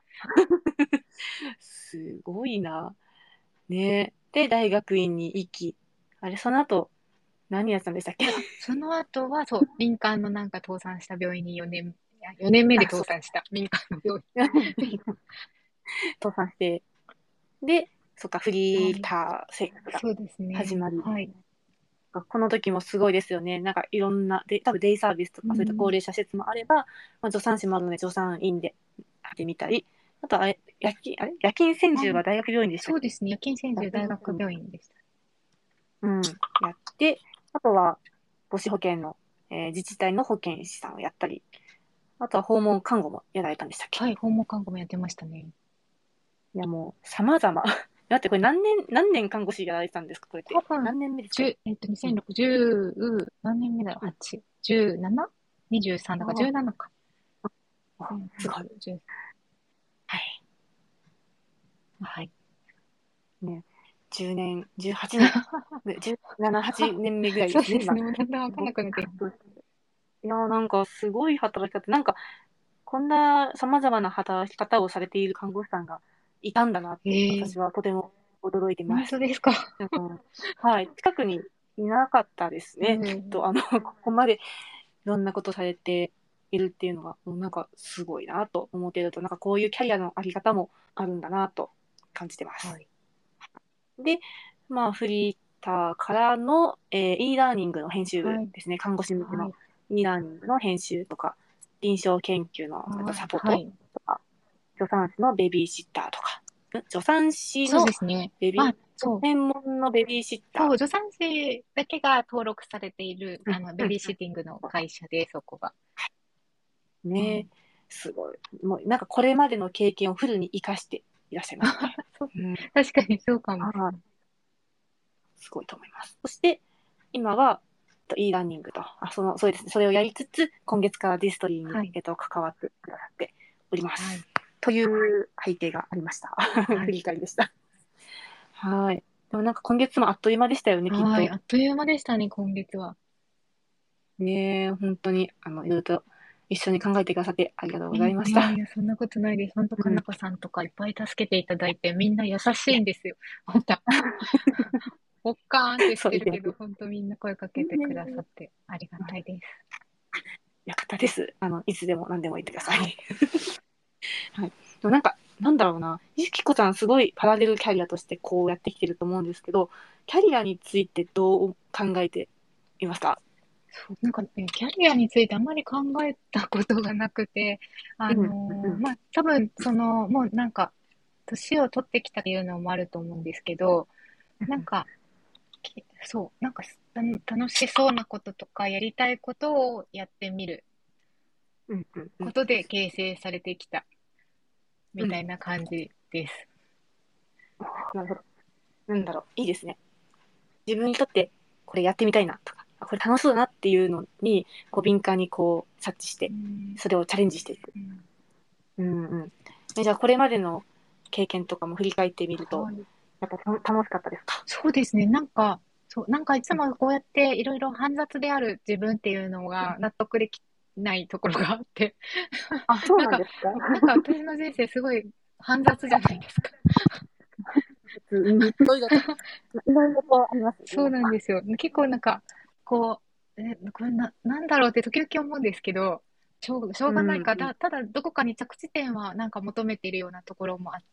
すごいな。ねえ。で、大学院に行き、あれ、その後、何やってたんでしたっけ？ その後は、そう、民間のなんか倒産した病院に4年目であ、そう。 倒産した民間の病院。 倒産して、で、そっか、フはい。 リーター生活がそうですね。 始まり、 はい。 この時もすごいですよね。なんかいろんな、で、多分デイサービスとか、そういった高うん。 齢者施設もあれば、まあ、助産師もあるので、助産院でやってみたり、あとあれ、夜勤専あ、 従は大学病院でしたっけ？ そうですね。夜勤専夜従大学勤専病院でした。 うん、やって、あとは母子保健の、自治体の保健師さんをやったり、あとは訪問看護もやられたんでしたっけ？ はい。訪問看護もやってましたね。 いや、もう、様々。だってこれ何年看護師やられてたんですか？これって。 多分、 何年目ですか？うん。 2006、何年目だろう？ うん。 8、17？ 23だからあ 17か。 あ、すごい。 19、 はい。 はい。 ね、10年、18年、17、8年目ぐらいですね、今。 そうですね。もうだんだんわかんな僕くなって。 いやー、なんかすごい働き方、なんかこんな様々な働き方をされている看護師さんがいたんだなって、私ええ、 はとても驚いてます。 本当ですか？ なんか、はい、近くにいなかったですうね、きっん。 と。ここまでいろんなことされているっていうのが、もうなんかすごいなと思っていると、なんかこういうキャリアのあり方もあるんだなと感じてます。 はい。 で、まあ、フリーターからの、e ラーニングの編集はい。 ですね。看護師向けのはい。 e ラーニングの編集とか、臨床研究のはい。 サポートはい。 とか、助産師のベビーシッターとか、助産師そうでのすね。 ベビー、 まあ、そう。 専門のベビーシッそう、 タ助産師だけが登録されている、 ー。うん、うん、 ベビーシッティングの会社で、そこが。 うん。 はい。 ねすごい。もうなんかこれまでの経験をフルに活かしていらっしゃいますよね。 そう、 うん。 確かにそうかも。 はい。すごいと思います。そして、今は、e ラーニングと、そうですね、それをやりつつ、今月からディストリーに、 はい。 関わってくださっておりまはい。 す。という背景がありました。 は振い。 り返りでした。はい。でもなんか今月もあっという間でしたよね、きっはい。 と。 あっという間でしたね、今月は。 ねえ、本当に、いろいろと一緒に考えてくださってありがとうございました。 いやいや、そんなことないです。本当、かうん。 なこさんとかいっぱい助けていただいて、みんな優しいや、 いんですよ。本当、おっかーんってしそう言ってます。 てるけど、本当みんな声かけてくださっねてありがたいです。 よかったです。いつでも何でも言ってくださはい。 い。はい。でもなんか、なんだろうな。ゆきこさん、すごいパラレルキャリアとしてこうやってきてると思うんですけど、キャリアについてどう考えていますか？ そう、なんかね、キャリアについてあんまり考えたことがなくて、 うん、うん、 まあ、多分、もうなんか、年を取ってきたっていうのもあると思うんですけど、なんか、そう、なんか、楽しそうなこととか、やりたいことをやってみるうん、うん、うん。 ことで形成されてきたみうん。 たいな感じです。 なるほど。なんだろう。いいですね。自分にとってこれやってみたいなとか、これ楽しそうだなっていうのに、こう敏感にこう察知しうて、 ん、 それをチャレンジしていく。 うん、 うんうん。じゃあ、これまでの経験とかも振り返ってみると、 はい。 やっぱ楽しかったですか？ そうですね。なんか、そう、なんかいつもこうやっていろいろ煩雑である自分っていうのが納得できないところがあって、 あ、そうなんか、 なんですか？ なんか私の人生すごい煩雑じゃないですか。 うん、いろいろと、いろいろとありますそうね。 なんですよ。結構なんか、ここれなんだろうって時々思うんですけど、しょううん、 がないか、 うん、 ただどこかに着地点はなんか求めているようなところもあって、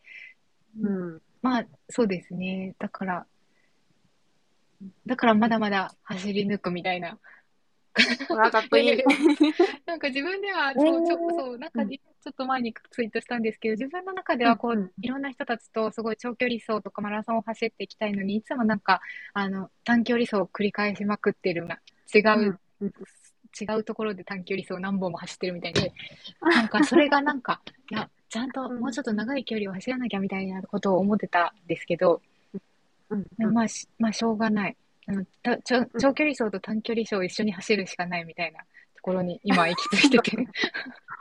うん。 まあ、そうですね。だからまだまだ走り抜くみたいな。 あ、かっこいい。 いやいやいや、なんか自分では、そう、なんうん、 かちょっと前にツイートしたんですけど、自分の中でうん、 はこう、 うん、 いろんな人たちとすごい長距離走とかマラソンを走っていきたいのに、いつもなんか、短距離走を繰り返しまくってるな。 うん、 う、 うん。 違うところで短距離走を何本も走ってるみたいで、なんかそれがなんか、いや、ちゃんとうん、 もうちょっと長い距離を走らなきゃみたいなことを思ってたんですけど、 うん、うん、 まあ、まあ、しょうがない。 うん。 長距離走と短距離走を一緒に走るしかないみたいなところに今行き着いてて。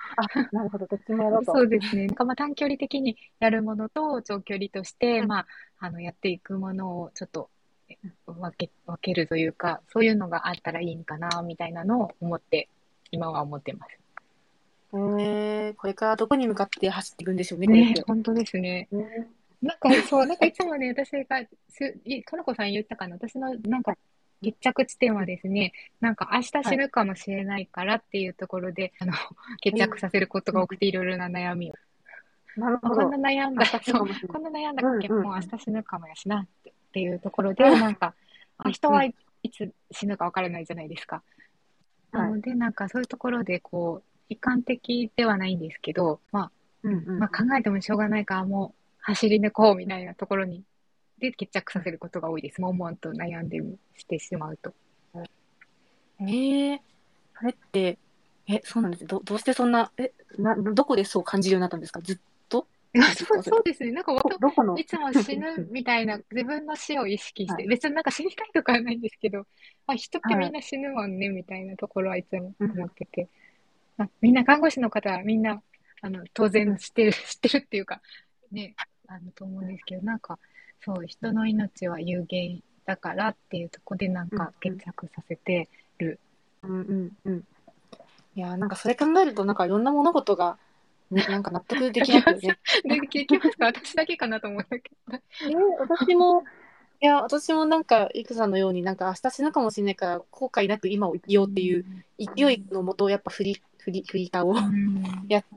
あ、なるほど、どっちもやろうと。 そうですね。なんかまあ短距離的にやるものと長距離として、 うん、 まあ、やっていくものをちょっと分けるというか、そういうのがあったらいいんかな、みたいなのを思って、今は思ってます。 これからどこに向かって走っていくんでしょうね、これっね、 て。 本当ですね。 ね、 なんかそう、なんかいつもね、私が、かのこさん言ったかな、私のなんかはい。 決着地点うん、 はですね、なんか明日はい。 死ぬかもしれないからっていうところで、決うん、 着させることが多くていろいろな悩みを。まあ、こんななるほど。 悩んだ、 明日死そう、 ぬかもしれない。 こんな悩んだうんけもう明うんうん。 日死ぬかもやしなっていうところで、なんか、人はうん。 いつ死ぬかわからないじゃないですか。なはい。 ので、なんかそういうところで、こう、悲観的ではないんですけど、 うんうんまあ考えてもしょうがないから、もう走り抜こうみたいなところに、で決着させることが多いです。悶々と悩んでしてしまうと。 うん。それって、そうなんです。どうしてそんな、どこでそう感じるようになったんですか？ずっといや、 ですかそれ？ そうですね。なんか割と、 どこの？ いつも死ぬうんみたいな自分の死を意識して、 はい。 別になんか死にたいとかはないんですけど、まあ、人ってみはい。 んな死ぬもんね、みたいなところはいつもうん思ってて、まあ、みんな看護師の方はみんな、当然うん知ってる、知ってるっていうか、ね、と思うんですけど、なんか、そう、人の命は有限だからっていうところでなんか決うんうん着させてる。 うんうんうん。いやー、なんかそれ考えると、なんかいろんな物事が、ね、なんか納得できますよね。 できますか？私だけかなと思ったけど。 私も、私もなんか、いくさんのように、なんか明日死ぬかもしれないから、後悔なく今を生きうようっていうん。 勢いのもと、やっぱフリーターをうん。 やって、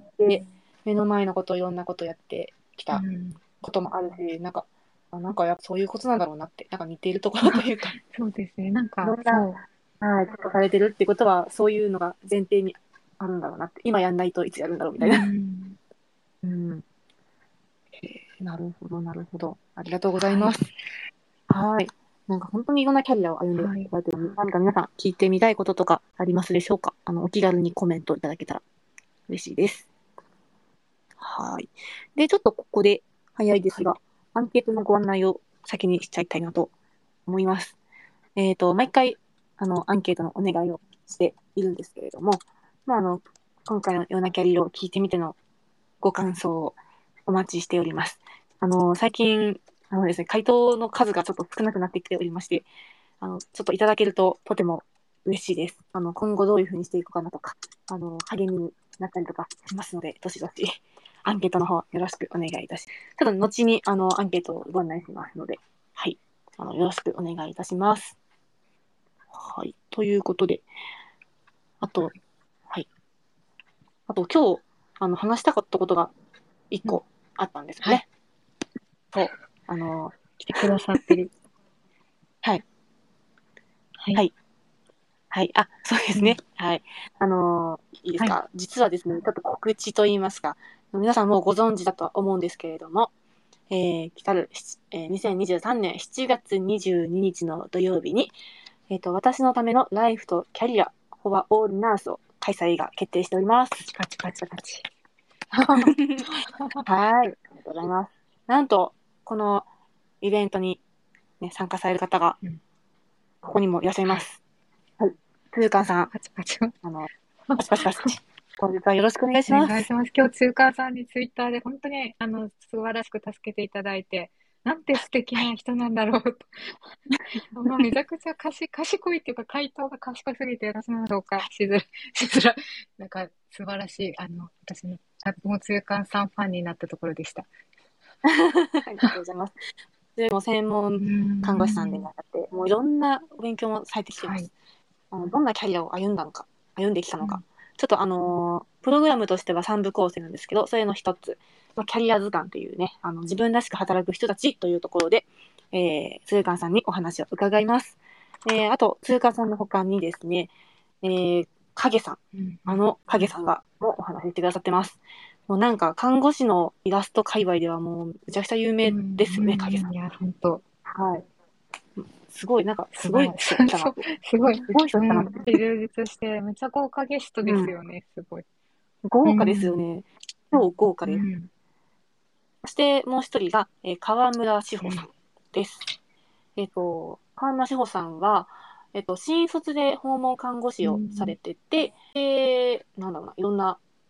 目の前のこと、いろんなことをやってきたうん。 こともあるし、なんかやっぱそういうことなんだろうなって、なんか似ているところというか、 そうですね。なんか、 いろんな、 そう。 はい、ことされてるってことは、そういうのが前提にあるんだろうなって、今やんないといつやるんだろうみうたいな。 ん。 うん。なるほど、なるほど。ありがとうございはい。 ます。はい。なんか本当にいろんなキャリアを歩んではい。 こられてるので、何か皆さん聞いてみたいこととかありますでしょうか？お気軽にコメントいただけたら嬉しいです。はい。で、ちょっとここで早いではい。 すが、アンケートのご案内を先にしちゃいたいなと思います。毎回、アンケートのお願いをしているんですけれども、まあ、今回のようなキャリアを聞いてみてのご感想をお待ちしております。最近、ですね、回答の数がちょっと少なくなってきておりまして、ちょっといただけるととても嬉しいです。今後どういうふうにしていくかなとか、励みになったりとかしますので、どしどしアンケートの方よろしくお願いいたします。ただ、後にアンケートをご案内しますので、はい、よろしくお願いいたします。はい、ということで、あと、はい、あと今日、話したかったことが一うん。 個あったんですよはい。 ね。そう、あの、 来てくださってる。 はい、 はい。 はい、はい。あ、そうですね。 うん。 はい。いいですはい。 か？実はですね、ちょっと告知といいますか、皆さんもうご存知だとは思うんですけれども、来たる、2023年7月22日の土曜日に、私のためのライフとキャリア、フォアオールナースを開催が決定しております。 パチパチパチパチ。 はい。ありがとうございます。なんと、このイベントに、ね、参加される方が、 うん。 ここにもいらっしゃいはい。 ます。はい。つゆかんさん、 パチパチ。 あの、パチパチパチ。本日はよろしくお願いしおます。 願いします。今日、通貨さんにツイッターで本当に、素晴らしく助けていただいて、なんて素敵はい。 な人なんだろうと。もうめちゃくちゃ賢いっていうか、回答が賢すぎて、私の評価しづら、しづら、なんか素晴らしい、私の、もう通貨さんファンになったところでした。 ありがとうございます。でも専うー門看護師さんでいん。 らっしゃって、もういろんなお勉強もされてきていはい。 ます。どんなキャリアを歩んできたのか。 うん。 ちょっとプログラムとしては3部構成なんですけど、それの一つ、キャリア図鑑というね、自分らしく働く人たちというところで、鶴川さんにお話を伺います。あと、鶴川さんの他にですね、影さん、 うん。 影さんがもお話ししてくださってます。もうなんか、看護師のイラスト界隈ではもう、めちゃくちゃ有名うん。 ですよね、影さん。 うん。いや、本当はい。すごい、なんか、すごい素晴らしい。 人来たそう、 なって。 すごい。 すごい人うん。 来たなって。 充実して、めっちゃ豪華ゲストでうん。 すよね、すごい。う豪華ですよん。 ね。超豪華です。 うん。 そしてもう一人が、河村志うん。 保さんです。河村志保さんは、新卒で訪問看護師をさうん。 れてて、で、なんだろうな、いろんな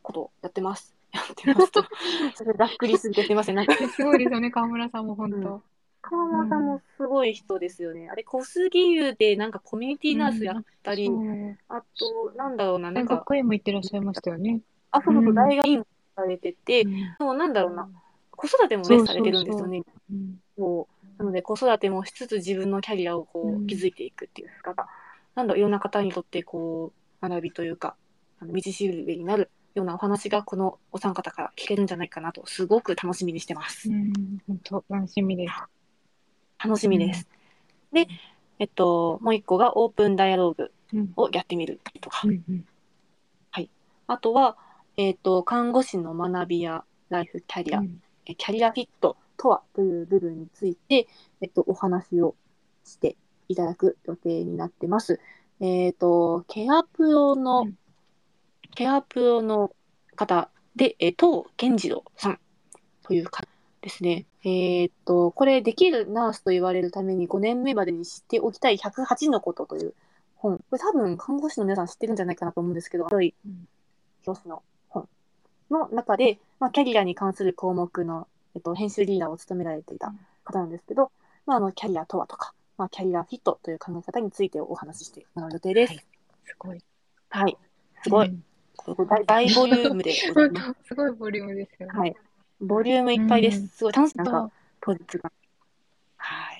ことをやってます。やってますと。それざっくりすぎてすいません。なんかすごいですよね、川村さんも本うん。 当。 川う村さんもん。 すごい人ですよね。あれ、小杉湯でなんかコミュニティナースやっうん。 たり、 そう。 あと、なんだろうな、なん大か、 学院も行ってらっしゃいましたよね。 あ、そうそうそう、 うん。 大学院もされてて、 うん。 そう、なんだろうな、子育てもね、 そうされてそうそう。 るんですよね。 うん。 そう。なので、子育てもしつつ自分のキャリアをこう、 うん。 築いていくっていう姿。なんだろう、いろんな方にとってこう、学びというか、道しるべになるようなお話がこのお三方から聞けるんじゃないかなと、すごく楽しみにしてまうす。 ん。本当、楽しみです。 楽しうん。 みです。で、もう一個がオープンダイアローグうん。 をやってみるとか。 うん。うん。 はい。あとは、看護師の学びやライフキャリア、 うん。 キャリアフィットとはという部分について、お話をしていただく予定になってます。えっと、ケアプロの、 うん。 ケアプロの方で、東健次郎さんという方ですね。これ、できるナースと言われるために5年目までに知っておきたい108のことという本。これ多分、看護師の皆さん知ってるんじゃないかなと思うんですけど、広いうん。 表紙の本の中で、キャリアに関する項目の、編集リーダーを務められていた方なんですけど、キャリアとはとか、キャリアフィットという考え方についてお話ししてもらう予定ではい。 す。 すごい。 はい。すごい。 うん。 これ大ボリュームでございます。 本当、すごいボリュームですよね。 はい。ボリュームいっぱいです。 うん。 すごい楽しい。なんか、 と、 当日が。はい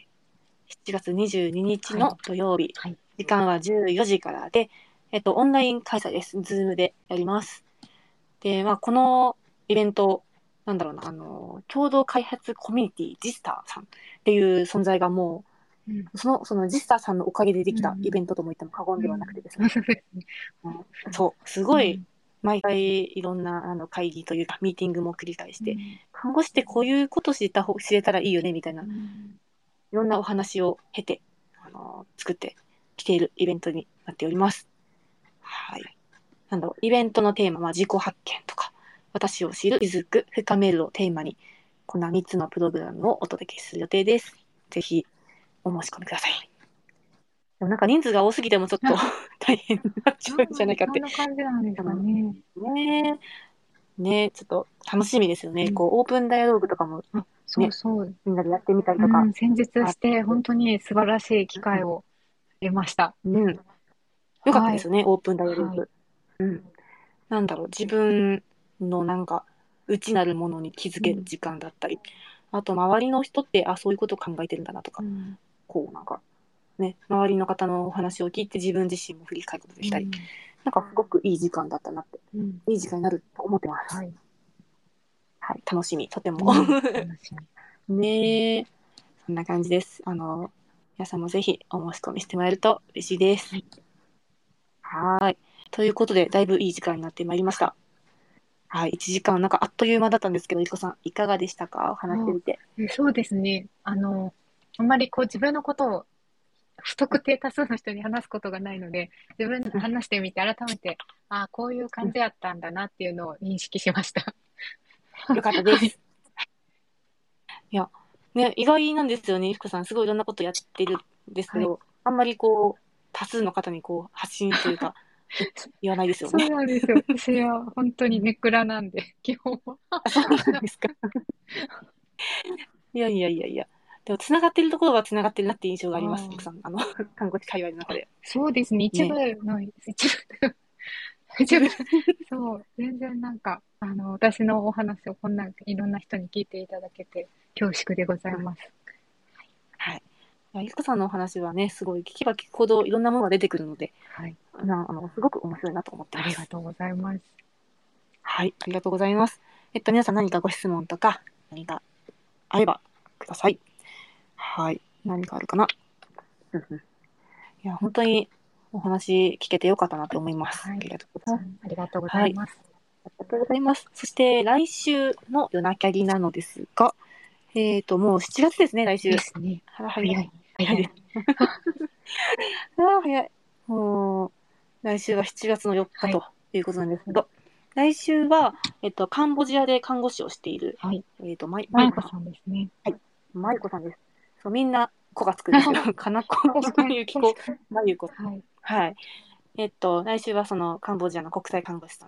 。7月22日はい。 の土曜日。 はい。 時間は14時からで、オンライン開催です。ズームでやります。で、このイベント、なんだろうな、共同開発コミュニティ、ジスターさんっていう存在がもうん。 う、そのジスターさんのおかげでできたイベうん。 ントとも言っても過言うではなくてですん。 ね。 そうですね。 そう、すごい、 うん。 毎回いろんな会議というか、ミーティングも繰り返して、 うん。 看護師ってこういうこと知れたらいいよね、みたいな、 うん。 いろんなお話を経て、作ってきているイベントになっております。はい。なんだろう、イベントのテーマは自己発見とか、私を知る、気づく、深めるをテーマに、こんな3つのプログラムをお届けする予定です。ぜひ、お申し込みください。でもなんか人数が多すぎてもちょっと大変になっちゃうんじゃないかって。 そんな感じなんですあのかね。 ねちょっと楽しみですよね。 うん。 こう、オープンダイアローグとかもあ、そうね、 そう。 みんなでやってみたりとかうん。先日あって、 して、本当に素晴らしい機会を得ました。 うん、よかったはい。 ですよね、オープンダイアローはい。 グ。うん。なんだろう、自分のなんか、内なるものに気づうん。 ける時間だったり、あと周りの人って、あ、そういうことを考えてるんだなとか、 うん。 こうなんか、ね、周りの方のお話を聞いて自分自身も振り返ることできたり、 うん。 なんかすごくいい時間だったなって、 うん。 いい時間になると思ってます。 はい。 はい、楽しみ、とても。 うん。楽しみ。 ねえ、そんな感じです。皆さんもぜひお申し込みしてもらえると嬉しいです。 はい。 はい。ということで、だいぶいい時間になってまいりましはい。 た。はい、1時間、なんかあっという間だったんですけど、いこさん、いかがでしたか話してそう、 みて。 そうですね。あんまりこう自分のことを不特定多数の人に話すことがないので、自分うん話してみて改めて、ああ、こういううん、 感じやったんだなっていうのを認識しました。 よかったはい。 です。いや、ね、意外なんですよね、いこさん、すごいいろんなことやってるんですけはい。 ど、あんまりこう、多数の方にこう、発信というか、言わないですよそうね。 なんですよ。私は本当にネクラなんで、基本は。 あ、そうなんですか。いやいやいやいや。でも、つながってるところはつながってるなっていう印象があります、いこさあん。看護師界隈の中あ、あ、 で。 そうですね。一部ね。 の、一部、一部、そう、全然なんか、私のお話をこんないろんな人に聞いていただけて恐縮でございます。 はい。いや、ゆきこさんのお話はね、すごい聞けば聞くほどいろんなものが出てくるので、 はい。 すごく面白いなと思ってあます。 りがとうございます。 はい、ありがとうございます。皆さん何かご質問とか、何かあればください。はい。何かあるかな。うんうん。いや、本当にお話聞けてよかったなと思います。 はい。 ありがとうごこちらざいます。 もありがとうござはい。 います。 ありがとうございます。そして来週の夜なキャリなのですが、もう7月ですね、来週。 ですね。 あら、早い。 早い。 早いです。 早い。 あら、早い。もう、来週は7月の4日はい。 ということなんですけど、来週は、カンボジアで看護師をしている、 はい。 マユコさん。 まゆこさんですね。 はい。マユコさんです。そう、みんな、子がつくんですけど、かなこ、 確かに、 ゆきこ、 確かに。 マユコ。 はい。 はい。来週はそのカンボジアの国際看護師さん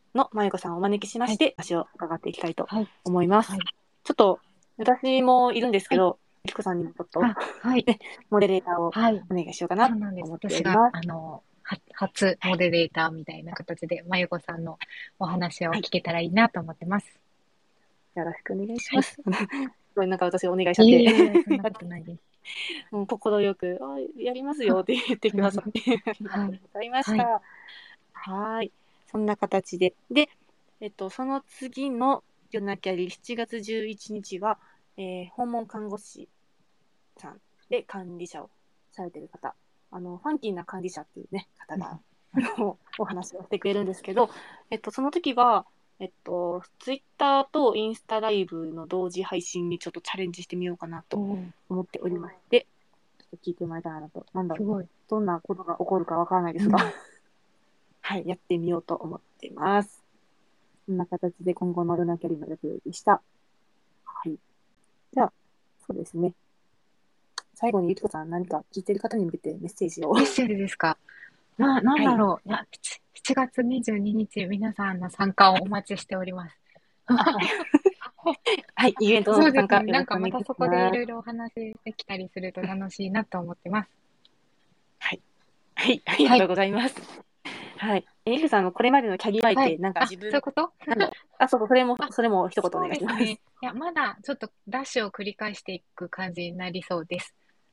のまゆこさんをお招きしまして、話を伺っていきたいとはい。 思います。 はい。 ちょっと、私もいるんですはい。 けど、ゆきこさんにもちょっと、 はい。 ね、モデレーターをはい。 お願いしようかなとそうなんです。 思ってお私が、 ります。 初はい。 モデレーターみたいな形で、まゆこさんのお話をはい。 聞けたらいいなと思ってます。 よろしくお願いしはい。 ます。すごいなんか私お願いしちゃっていえいえ、そんなことないです。 もう快く、やりますよあ、 って言ってくださってありがはい。 とうございましはい。 た。はい。そんな形で。で、その次の夜なきゃり7月11日は、訪問看護師さんで管理者をされてる方、ファンキーな管理者っていうね、方が、お話をしてくれるんですけど、その時は、ツイッターとインスタライブの同時配信にちょっとチャレンジしてみようかなとおー、 思っておりまして、ちょっと聞いてもらいたいなと。なんだろう。 すごい。 どんなことが起こるかわからないですが、 うん。 はい、やってみようと思っています。こんな形で今後のルナキャリの予定でした。はい。じゃあ、そうですね。最後にゆきこさん、何か聞いてる方に向けてメッセージを。 メッセージですか？なんはい。 だろう。いや、7月22日、皆さんの参加をお待ちしております。 あ、はい。はい。イベントの参加そうですね。なんかよろしくお願いしまたそこでいます。 ろいろお話できたりすると楽しいなと思ってます。 はい。はい。ありがはい。 とうございます。はい。ゆきこさんのこれまでのキャリアアイって、 はい。 なんかあ、 自分、 そういうこと？ なんだろう。あ、そう、それも一言おそう願いします。 ですね。いや、まだちょっとダッシュを繰り返していく感じになりそうです。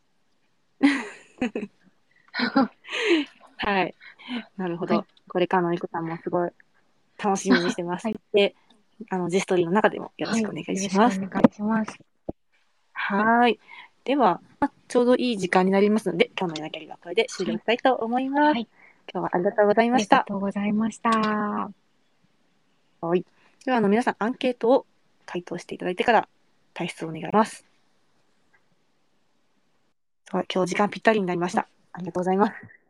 はい。なるほど。 はい。 これからのゆきこさんもすごい楽しみにしてます。 はい。 で、ジェストリーの中でもよろはい。 しくお願いよろします。 しくお願いします。 はい。では、ちょうどいい時間になりますので、今日の夜なきゃりはこれで終はい。 了したいと思います。 はい。 今日はありがとうございありがました。 とうございました。 はい。では、皆さん、アンケートを回答していただいてから退出をお願いします。はい、今日時間ぴったりになりました。ありがとうございます。